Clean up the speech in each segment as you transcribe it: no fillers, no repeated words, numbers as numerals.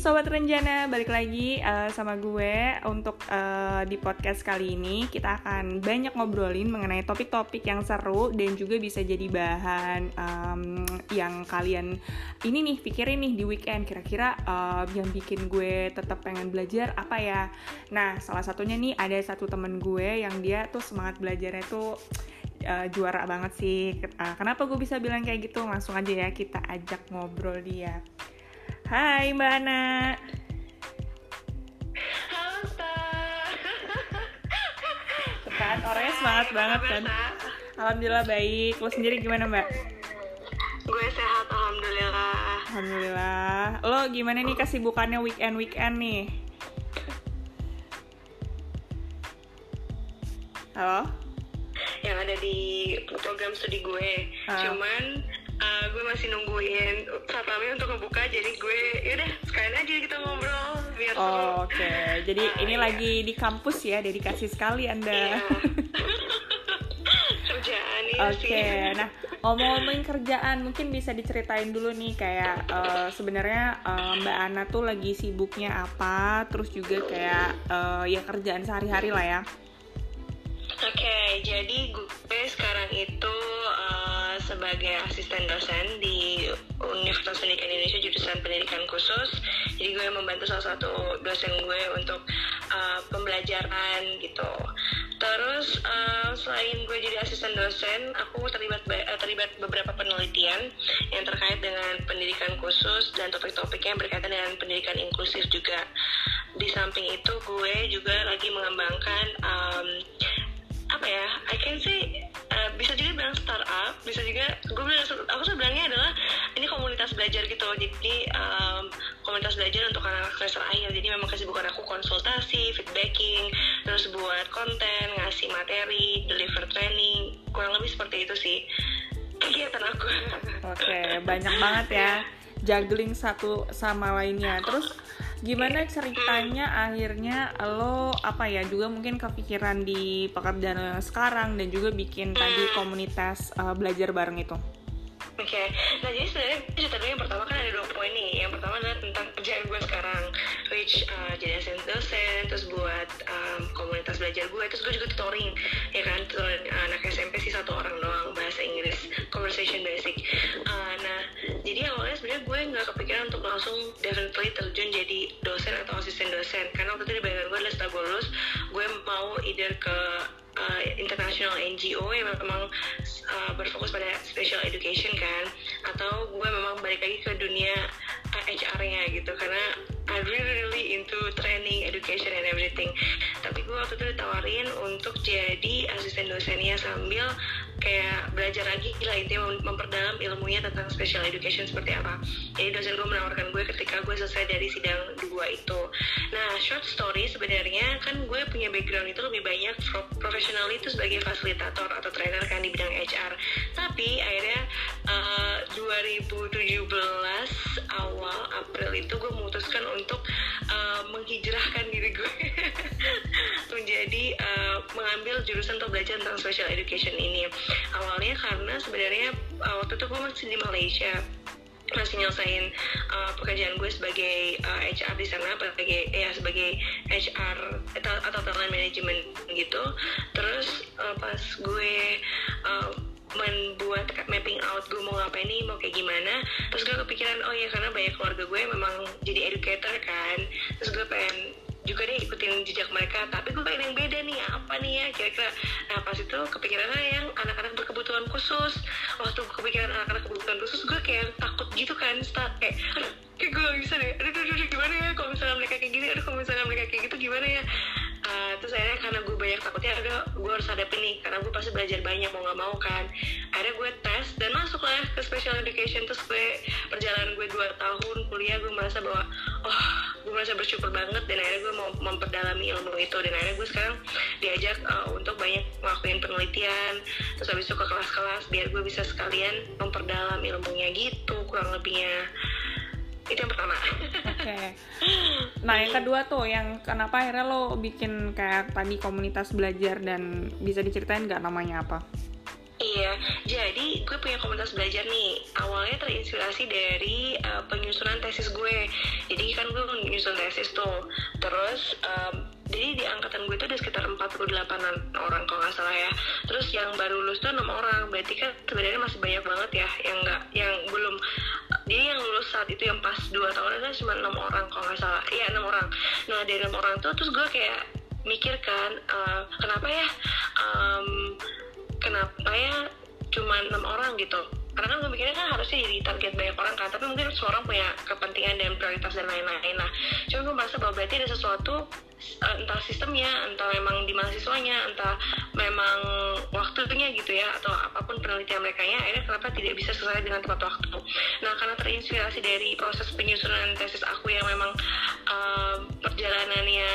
Sobat Renjana, balik lagi sama gue untuk di podcast kali ini. Kita akan banyak ngobrolin mengenai topik-topik yang seru dan juga bisa jadi bahan yang kalian ini nih pikirin nih di weekend. Kira-kira yang bikin gue tetap pengen belajar apa ya? Nah, salah satunya nih ada satu temen gue yang dia tuh semangat belajarnya tuh juara banget sih. Kenapa gue bisa bilang kayak gitu? Langsung aja ya kita ajak ngobrol dia. Hai Mbak Ana. Halo Star. Kan orangnya semangat banget kan. Alhamdulillah baik. Lo sendiri gimana Mbak? Gue sehat alhamdulillah. Alhamdulillah. Lo gimana nih kesibukannya weekend nih? Halo? Yang ada di program studi gue. Cuman gue masih nungguin satpamnya untuk ngebuka, jadi gue yaudah sekalian aja kita ngobrol biar seru. Oke. Jadi ini lagi di kampus ya, dedikasi sekali Anda. Iya. Kerjaan ini sih. Oke. Nah, ngomongin kerjaan mungkin bisa diceritain dulu nih kayak sebenarnya Mbak Ana tuh lagi sibuknya apa, terus juga kayak ya kerjaan sehari-hari lah ya. Oke, jadi gue sekarang itu sebagai asisten dosen di Universitas Pendidikan Indonesia jurusan pendidikan khusus. Jadi gue membantu salah satu dosen gue untuk pembelajaran gitu. Terus selain gue jadi asisten dosen, aku terlibat beberapa penelitian yang terkait dengan pendidikan khusus dan topik-topiknya yang berkaitan dengan pendidikan inklusif juga. Di samping itu gue juga lagi mengembangkan I can say bisa juga bilang startup, bisa juga aku sebenarnya adalah ini komunitas belajar gitu. Jadi komunitas belajar untuk anak-anak semester akhir. Jadi memang kesibukan aku konsultasi, feedbacking, terus buat konten, ngasih materi, deliver training, kurang lebih seperti itu sih kegiatan aku. Oke, banyak banget ya, juggling satu sama lainnya. Terus gimana ceritanya akhirnya lo juga mungkin kepikiran di pekerjaan lo yang sekarang dan juga bikin tadi komunitas belajar bareng itu? Oke, nah jadi sebenarnya cerita dulu yang pertama kan ada 2 poin nih. Yang pertama adalah tentang kerjaan gue sekarang, which jadi asisten dosen, terus buat komunitas belajar gue, terus gue juga tutoring, ya kan, tutoring anak SMP sih 1 orang doang bahasa Inggris, conversation basic. Nah, jadi awalnya sebenarnya gue nggak kepikiran untuk langsung definitely terjun jadi dosen atau asisten dosen, karena waktu itu di bayangan gue adalah setelah gue lulus, gue mau either ke international NGO yang memang berfokus pada special education kan, atau gue memang balik lagi ke dunia HR-nya gitu, karena I really into training, education and everything. Tapi gue waktu itu ditawarin untuk jadi asisten dosennya sambil kayak belajar lagi lah, intinya memperdalam ilmunya tentang special education seperti apa. Jadi dosen gue menawarkan gue ketika gue selesai dari sidang 2 itu. Nah, short story sebenarnya kan gue punya background itu lebih banyak profesional itu sebagai fasilitator atau trainer kan di bidang HR. Tapi akhirnya 2017 awal April itu gue memutuskan untuk menghijrahkan diri gue menjadi mengambil jurusan untuk belajar tentang special education ini. Awalnya karena sebenarnya waktu itu gue masih di Malaysia, masih nyelesain pekerjaan gue sebagai HR di sana, sebagai HR atau talent management gitu. Terus pas gue membuat mapping out gue mau ngapain nih, mau kayak gimana, terus gue kepikiran karena banyak keluarga gue memang jadi educator kan, terus gue pengen juga deh ikutin jejak mereka, tapi gue pengen yang beda nih, apa nih ya kira-kira. Nah pas itu kepikirannya yang anak-anak berkebutuhan khusus. Waktu kepikiran anak-anak berkebutuhan khusus, gue kayak takut gitu kan, kayak gue gak bisa deh, aduh gimana ya kalau misalnya mereka kayak gini, kalau misalnya mereka kayak gitu gimana ya. Terus akhirnya karena gue banyak takutnya, gue harus hadapin nih, karena gue pasti belajar banyak mau gak mau kan. Akhirnya gue tes dan masuk lah ke special education. Terus perjalanan gue 2 tahun kuliah, gue merasa bahwa gue merasa bersyukur banget, dan akhirnya gue mau memperdalami ilmu itu. Dan akhirnya gue sekarang diajak untuk banyak ngelakuin penelitian, terus habis itu ke kelas-kelas biar gue bisa sekalian memperdalam ilmunya gitu kurang lebihnya. Itu yang pertama. Oke. Nah yang kedua tuh, yang kenapa akhirnya lo bikin kayak tadi komunitas belajar, dan bisa diceritain nggak namanya apa? Iya, jadi gue punya komunitas belajar nih. Awalnya terinspirasi dari penyusunan tesis gue. Jadi kan gue menyusun tesis tuh. Terus jadi di angkatan gue itu ada sekitar 48-an orang kalau nggak salah ya. Terus yang baru lulus tuh 6 orang. Berarti kan sebenarnya masih banyak banget ya yang belum. Jadi yang lulus saat itu yang pas 2 tahun itu cuma 6 orang kalau nggak salah. Iya 6 orang. Nah dari 6 orang tuh terus gue kayak mikir kan, kenapa ya cuma 6 orang gitu. Karena kan gue mikirnya kan harusnya jadi target banyak orang kan, tapi mungkin semua orang punya kepentingan dan prioritas dan lain-lain. Nah, cuma gue merasa bahwa berarti ada sesuatu, entah sistemnya, entah memang di mahasiswanya, entah memang waktunya gitu ya, atau apapun penelitian mereka nya, akhirnya kenapa tidak bisa selesai dengan tepat waktu. Nah, karena terinspirasi dari proses penyusunan tesis aku yang memang perjalanannya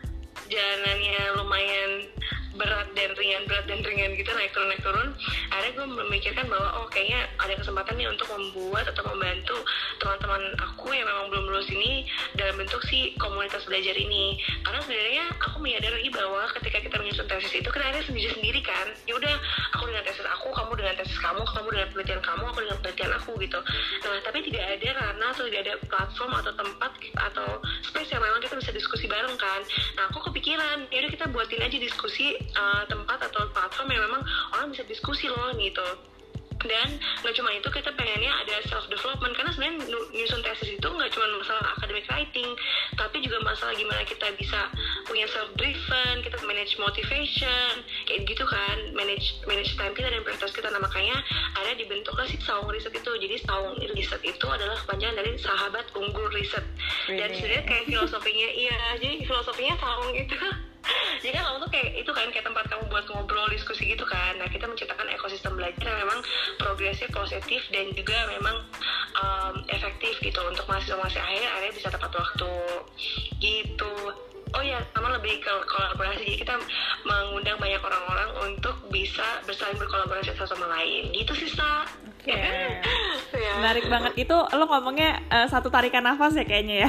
lumayan berat dan ringan gitu, naik turun. Akhirnya gue memikirkan bahwa kayaknya ada kesempatan nih untuk membuat atau membantu teman-teman aku yang memang belum lulus ini dalam bentuk si komunitas belajar ini. Karena sebenarnya aku menyadari bahwa ketika kita menyusun tesis itu kan akhirnya sendiri kan. Ya udah, aku dengan tesis aku, kamu dengan tesis kamu dengan penelitian kamu, aku dengan penelitian aku gitu. Nah, tapi tidak ada ranah atau tidak ada platform atau tempat atau space yang memang kita bisa diskusi bareng kan. Nah, aku kepikiran, ya udah kita buatin aja diskusi tempat atau platform yang memang orang bisa diskusi loh gitu. Dan nggak cuma itu, kita pengennya ada self development, karena sebenarnya nyusun tesis itu nggak cuma masalah academic writing, tapi juga masalah gimana kita bisa punya self driven, kita manage motivation kayak gitu kan, manage time kita dan prioritas kita. Nah, makanya ada dibentuklah si saung riset itu. Jadi saung riset itu adalah kepanjangan dari sahabat unggul riset. Dan sebenarnya kayak filosofinya jadi filosofinya saung itu jadi kan kamu tuh kayak itu kan, kayak tempat kamu buat ngobrol, diskusi gitu kan. Nah, kita menciptakan ekosistem belajar yang memang progresif, positif, dan juga memang efektif gitu untuk mahasiswa-mahasiswa akhirnya bisa tepat waktu gitu. Oh ya, sama lebih ke kolaborasi. Jadi kita mengundang banyak orang-orang untuk bisa bersaling berkolaborasi satu sama lain gitu sih, Sa. Oke. Ya. Menarik banget itu, lo ngomongnya satu tarikan nafas ya kayaknya ya.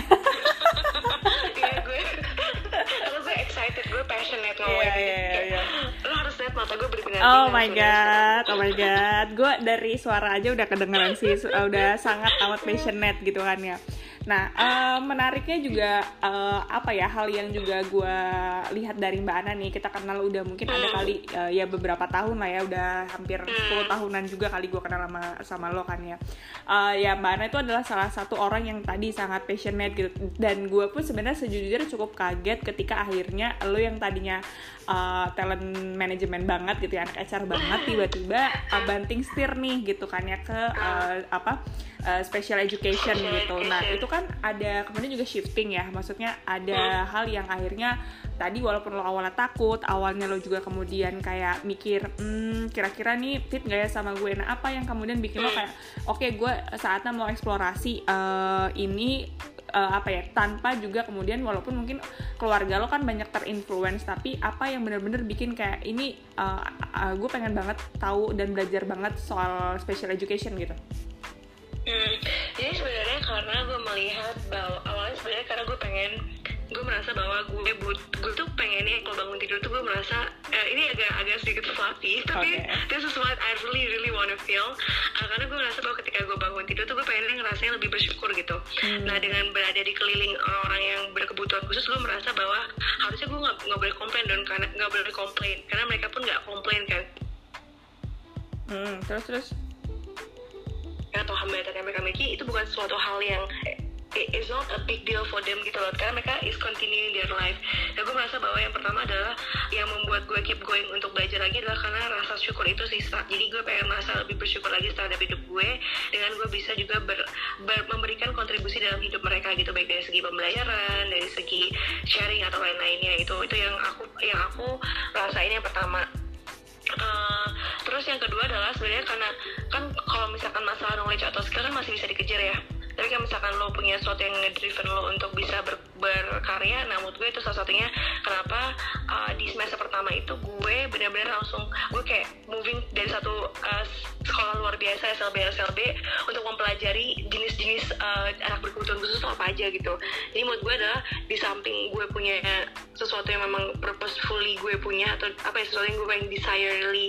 Gue excited, gue passionate ngomongin lo harus lihat mata gue berbinar-binar. Oh my god, gue dari suara aja udah kedengeran sih, udah sangat amat passionate gitu kan ya. Nah, menariknya juga hal yang juga gue lihat dari Mbak Ana nih, kita kenal udah mungkin ada kali ya beberapa tahun lah ya, udah hampir 10 tahunan juga kali gue kenal sama lo kan ya. Ya Mbak Ana itu adalah salah satu orang yang tadi sangat passionate gitu, dan gue pun sebenarnya sejujurnya cukup kaget ketika akhirnya lo yang tadinya talent management banget gitu ya, anak HR banget, tiba-tiba banting setir nih gitu kan ya ke special education gitu. Nah, itu kan ada kemudian juga shifting ya, maksudnya ada hal yang akhirnya tadi walaupun lo awalnya takut, awalnya lo juga kemudian kayak mikir kira-kira nih fit gak ya sama gue. Nah, apa yang kemudian bikin lo kayak oke, gue saatnya mau eksplorasi ini tanpa juga kemudian walaupun mungkin keluarga lo kan banyak terinfluence, tapi apa yang benar-benar bikin kayak ini gue pengen banget tahu dan belajar banget soal special education gitu. Jadi sebenarnya karena gue melihat bahwa awalnya sebenarnya karena gue merasa bahwa gue tuh pengennya kalau bangun tidur tuh gue merasa ini agak sedikit fluffy, tapi this is what I really wanna feel. Karena gue merasa bahwa ketika gue bangun tidur tuh gue pengennya ngerasanya lebih bersyukur gitu. Nah, dengan berada di keliling orang-orang yang berkebutuhan khusus, gue merasa bahwa harusnya gue nggak boleh komplain, dan karena nggak boleh komplain karena mereka pun nggak komplain kan. Terus atau hambatan yang mereka miliki itu bukan suatu hal yang it's not a big deal for them gitu loh, karena mereka is continuing their life. Dan gue merasa bahwa yang pertama adalah yang membuat gue keep going untuk belajar lagi adalah karena rasa syukur itu sih. Jadi gue pengen merasa lebih bersyukur lagi terhadap hidup gue, dengan gue bisa juga memberikan kontribusi dalam hidup mereka gitu, baik dari segi pembelajaran, dari segi sharing atau lain-lainnya. Itu yang aku rasain yang pertama. Terus yang kedua adalah sebenarnya karena kan kalau misalkan masalah knowledge atau skill kan masih bisa dikejar ya, tapi kan misalkan lo punya sesuatu yang ngedriven lo untuk bisa berkarya, nah menurut gue itu salah satunya kenapa di semester pertama itu gue benar-benar langsung gue kayak moving dari satu sekolah luar biasa SLB untuk mempelajari jenis-jenis anak berkebutuhan khusus apa aja gitu. Jadi menurut gue adalah di samping gue punya sesuatu yang memang purposefully gue punya, atau sesuatu yang gue pengen desirely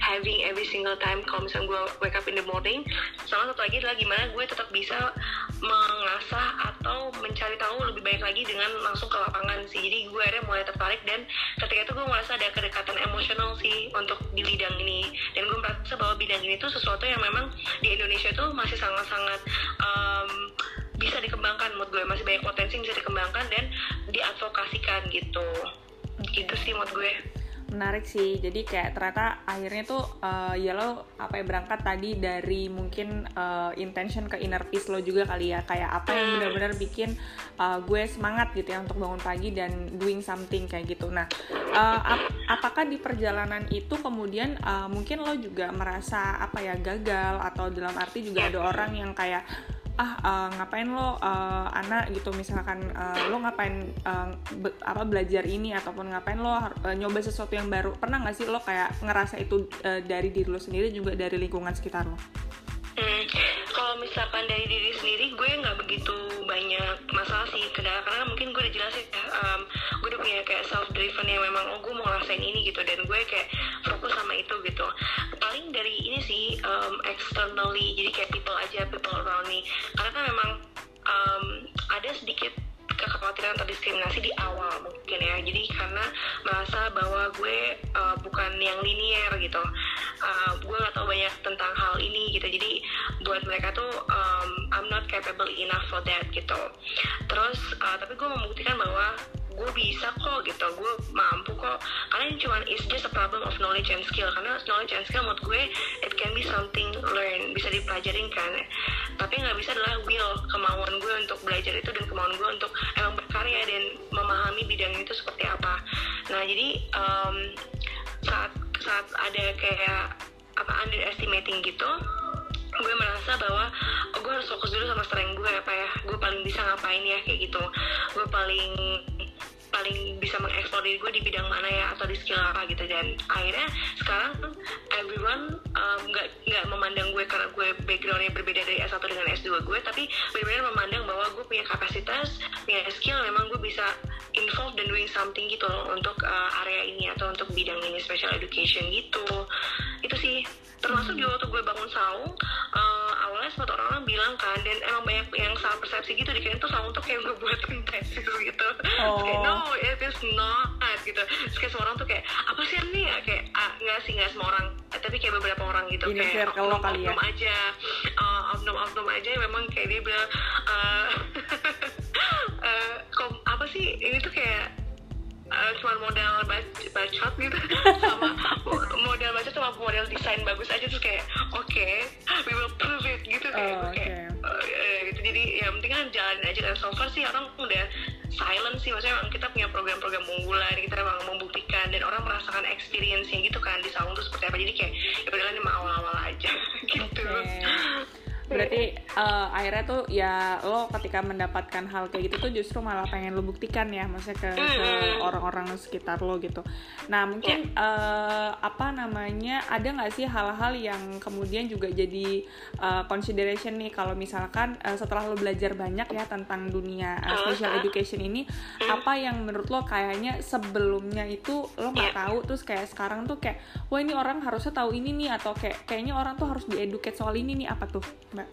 having every single time kalau misalnya gue wake up in the morning. Sama satu lagi adalah gimana gue tetap bisa mengasah atau mencari tahu lebih baik lagi dengan langsung ke lapangan sih. Jadi gue akhirnya mulai tertarik, dan ketika itu gue merasa ada kedekatan emosional sih untuk di bidang ini, dan gue merasa bahwa bidang ini tuh sesuatu yang memang di Indonesia tuh masih sangat-sangat bisa dikembangkan. Menurut gue masih banyak potensi yang bisa dikembangkan dan diadvokasikan gitu. Gitu sih menurut gue. Menarik sih, jadi kayak ternyata akhirnya tuh ya lo berangkat tadi dari mungkin intention ke inner peace lo juga kali ya, kayak apa yang benar-benar bikin gue semangat gitu ya untuk bangun pagi dan doing something kayak gitu. Nah, apakah di perjalanan itu kemudian mungkin lo juga merasa gagal, atau dalam arti juga ada orang yang kayak ngapain lo anak gitu, misalkan lo ngapain belajar ini, ataupun ngapain lo nyoba sesuatu yang baru. Pernah nggak sih lo kayak ngerasa itu dari diri lo sendiri, juga dari lingkungan sekitar lo? Kalau misalkan dari diri sendiri, gue nggak begitu banyak masalah sih, karena mungkin gue udah jelasin gue udah punya kayak self driven yang memang gue mau ngerasain ini gitu, dan gue kayak fokus sama itu gitu. Paling dari ini sih externally, jadi kayak people around me, karena kan memang ada sedikit kekhawatiran atau diskriminasi di awal mungkin ya. Jadi karena merasa bahwa gue bukan yang linear gitu, gue nggak tahu banyak tentang hal ini gitu. Jadi buat mereka tuh I'm not capable enough for that gitu. Terus tapi gue membuktikan bahwa gue bisa kok gitu, gue mampu kok, karena ini cuma it's just a problem of knowledge and skill. Karena knowledge and skill menurut gue it can be something learn, bisa dipelajarin kan, tapi nggak bisa adalah will, kemauan gue untuk belajar itu dan kemauan gue untuk emang berkarya dan memahami bidang itu seperti apa. Nah jadi saat ada kayak underestimating gitu, gue merasa bahwa gue harus fokus dulu sama strength gue gue paling bisa ngapain ya kayak gitu, gue paling bisa mengeksplor diri gue di bidang mana ya, atau di skill apa gitu. Dan akhirnya sekarang everyone nggak memandang gue karena gue backgroundnya berbeda dari S1 dengan S2 gue, tapi benar-benar memandang bahwa gue punya kapasitas, punya skill, memang gue bisa involve dan doing something gitu loh untuk area ini atau untuk bidang ini, special education gitu. Itu sih. Termasuk juga waktu gue bangun saung, awalnya sempat orang-orang bilang kan, dan emang banyak yang salah persepsi gitu, dikira tuh saung tuh kayak gue buatin tesis gitu. Terus kayak no, it is not gitu. Terus kayak semua orang tuh kayak apa sih ini ya, kayak nggak semua orang, tapi kayak beberapa orang gitu. Ini kayak oknum aja, oknum aja memang kayak dia bilang apa sih ini tuh kayak cuma modal bacot gitu sama modal bacot sama model desain bagus aja, terus kayak okay, we will prove it gitu kayak gitu. Jadi ya penting kan jalanin aja, dan so far sih orang udah silent sih, maksudnya kita punya program-program unggulan, kita memang membuktikan dan orang merasakan experience-nya gitu kan di saung tuh seperti apa. Jadi kayak ya padahal ini awal-awal aja gitu. Berarti akhirnya tuh ya lo ketika mendapatkan hal kayak gitu tuh justru malah pengen lo buktikan ya, maksudnya ke orang-orang sekitar lo gitu. Nah mungkin ada nggak sih hal-hal yang kemudian juga jadi consideration nih, kalau misalkan setelah lo belajar banyak ya tentang dunia special education ini, apa yang menurut lo kayaknya sebelumnya itu lo nggak tahu, terus kayak sekarang tuh kayak wah ini orang harusnya tahu ini nih, atau kayaknya orang tuh harus dieducate soal ini nih, apa tuh Mbak?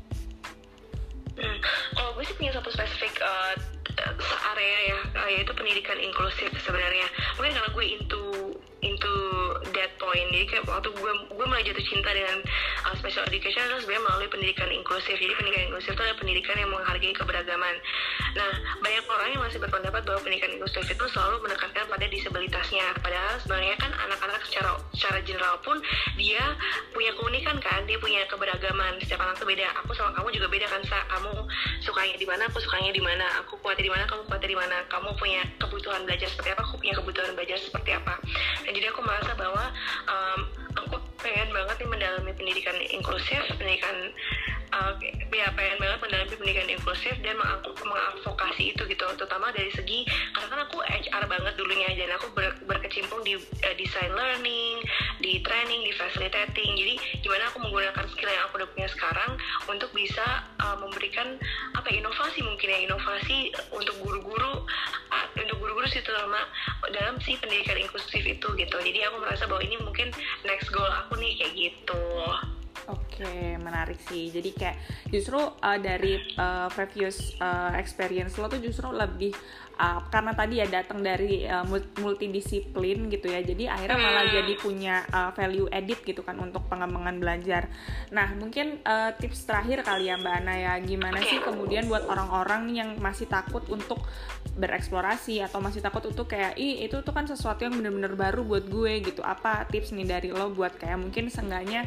Kalau gue sih punya satu spesifik area ya, yaitu pendidikan inklusif sebenarnya. Mungkin karena gue into that point, jadi kayak waktu gue mulai jatuh cinta dengan special education adalah sebenarnya melalui pendidikan inklusif. Jadi pendidikan inklusif itu adalah pendidikan yang menghargai keberagaman. Nah, banyak orang yang masih berpendapat bahwa pendidikan inklusif itu selalu menekankan pada disabilitasnya, padahal sebenarnya kan anak-anak secara general pun dia punya keunikan kan, dia punya keberagaman. Setiap anak tuh beda. Aku sama kamu juga beda kan, kamu sukanya di mana, aku sukanya di mana, aku kuatnya di mana, kamu kuatnya di mana, kamu punya kebutuhan belajar seperti apa, aku punya kebutuhan belajar seperti apa. Dan jadi aku merasa bahwa aku pengen banget nih mendalami pendidikan inklusif, pengen banget mendalami pendidikan inklusif dan mengadvokasi itu gitu, terutama dari segi karena kan aku HR banget dulunya, dan aku berkecimpung di design learning, di training, di facilitating. Jadi gimana aku menggunakan skill yang aku udah punya sekarang untuk bisa memberikan inovasi mungkin ya, inovasi untuk guru-guru sih, terutama dalam si pendidikan inklusif itu gitu. Jadi aku merasa bahwa ini mungkin next goal aku nih kayak gitu. Oke, menarik sih. Jadi kayak justru dari previous experience lo tuh justru lebih karena tadi ya datang dari multidisiplin gitu ya. Jadi akhirnya malah jadi punya value added gitu kan untuk pengembangan belajar. Nah, mungkin tips terakhir kali ya Mbak Ana ya, gimana sih kemudian buat orang-orang yang masih takut untuk bereksplorasi atau masih takut untuk kayak itu tuh kan sesuatu yang benar-benar baru buat gue gitu. Apa tips nih dari lo buat kayak mungkin seenggaknya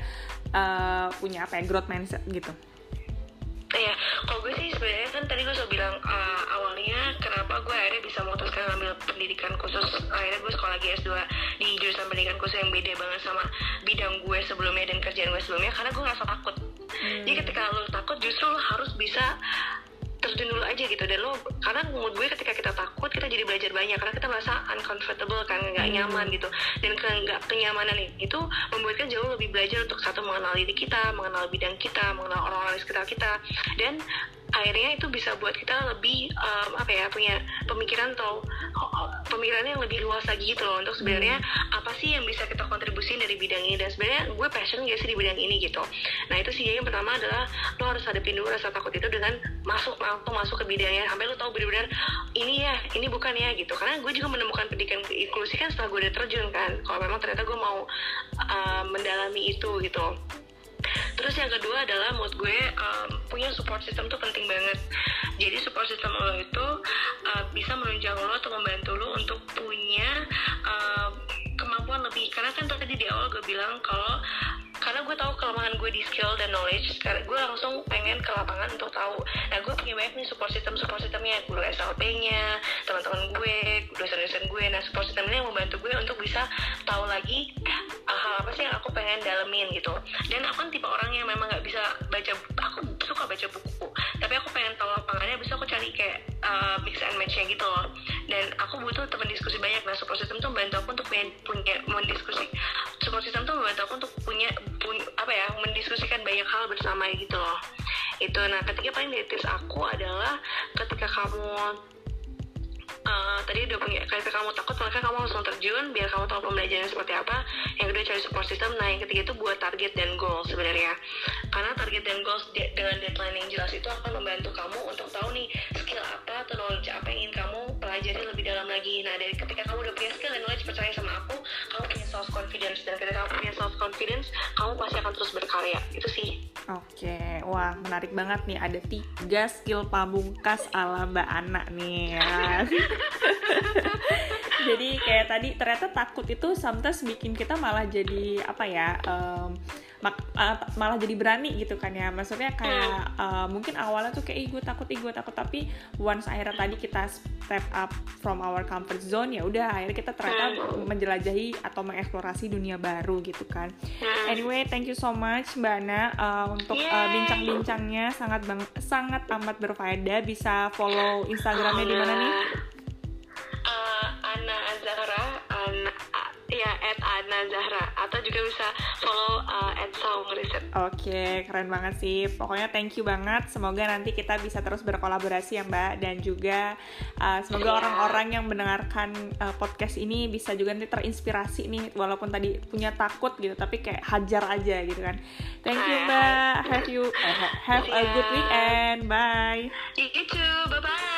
punya growth mindset gitu? Iya, kalau gue sih sebenarnya kan tadi gue sudah bilang awalnya kenapa gue akhirnya bisa memutuskan ngambil pendidikan khusus. Akhirnya gue sekolah lagi S2 di jurusan pendidikan khusus yang beda banget sama bidang gue sebelumnya dan kerjaan gue sebelumnya, karena gue ngerasa takut. Jadi ketika lo takut justru lo harus bisa terjun dulu aja gitu. Dan lo, karena menurut gue ketika kita takut kita jadi belajar banyak, karena kita merasa uncomfortable kan, nggak nyaman gitu. Dan kenyamanan itu membuat kita jauh lebih belajar untuk satu mengenal diri kita, mengenal bidang kita, mengenal orang-orang di sekitar kita, dan akhirnya itu bisa buat kita lebih punya pemikiran atau pemikirannya yang lebih luas lagi gitu loh, untuk sebenarnya apa sih yang bisa kita kontribusin dari bidang ini, dan sebenarnya gue passion gak sih di bidang ini gitu. Nah itu sih yang pertama adalah lo harus hadapin dulu rasa takut itu dengan langsung masuk ke bidangnya sampai lo tahu benar-benar ini ya, ini bukan ya gitu. Karena gue juga menemukan pendidikan inklusi kan setelah gue udah terjun kan, kalau memang ternyata gue mau mendalami itu gitu. Terus yang kedua adalah menurut gue punya support system tuh penting banget. Jadi support system lo itu bisa menunjang lo atau membantu lo untuk punya kemampuan lebih. Karena kan tadi di awal gue bilang kalau karena gue tahu kelemahan gue di skill dan knowledge, sekarang gue langsung pengen ke lapangan untuk tahu. Nah gue punya banyak nih support systemnya, guru SLP-nya, teman-teman gue, dosen-dosen gue. Nah support system ini yang membantu gue untuk bisa tahu lagi hal apa sih yang aku pengen dalemin gitu. Dan aku kan tipe orang yang memang nggak bisa baca, aku suka baca buku, tapi aku pengen tahu lapangannya, bisa aku cari kayak mix and match-nya gitu loh. Dan aku butuh teman diskusi banyak. Nah support system tuh membantu aku untuk punya mendiskusi. Support system tuh membantu aku untuk mendiskusikan banyak hal bersama gitu loh. Itu. Nah ketiga paling dari tips aku adalah ketika kamu tadi udah punya, ketika kamu takut maka kamu langsung terjun biar kamu tahu pembelajarannya seperti apa. Yang kedua cari support system. Nah yang ketiga itu buat target dan goal sebenarnya, karena target dan goals dengan deadline yang jelas itu akan membantu kamu untuk tahu nih skill apa atau knowledge apa yang ingin kamu pelajari lebih dalam lagi. Nah dari ketika kamu udah punya skill dan knowledge, percaya sama aku, kamu punya self confidence, dan ketika kamu punya self confidence kamu pasti akan terus berkarya. Itu sih. Oke, wah menarik banget nih, ada 3 skill pamungkas ala Mbak Ana nih ya. Jadi kayak tadi ternyata takut itu sometimes bikin kita malah jadi malah jadi berani gitu kan ya. Maksudnya kayak mungkin awalnya tuh kayak gue takut, tapi once akhirnya tadi kita step up from our comfort zone, ya udah akhirnya kita ternyata menjelajahi atau mengeksplorasi dunia baru gitu kan. Anyway, thank you so much Mbak Ana untuk bincang-bincangnya, sangat amat berfaedah. Bisa follow Instagramnya di mana nih? Ana Zahra, @Ana Zahra, atau juga bisa follow @saungriset. Oke, keren banget sih. Pokoknya thank you banget. Semoga nanti kita bisa terus berkolaborasi ya Mbak, dan juga semoga orang-orang yang mendengarkan podcast ini bisa juga nanti terinspirasi nih, walaupun tadi punya takut gitu, tapi kayak hajar aja gitu kan. Thank you Mbak. Have a good weekend. Bye. You too. Bye bye.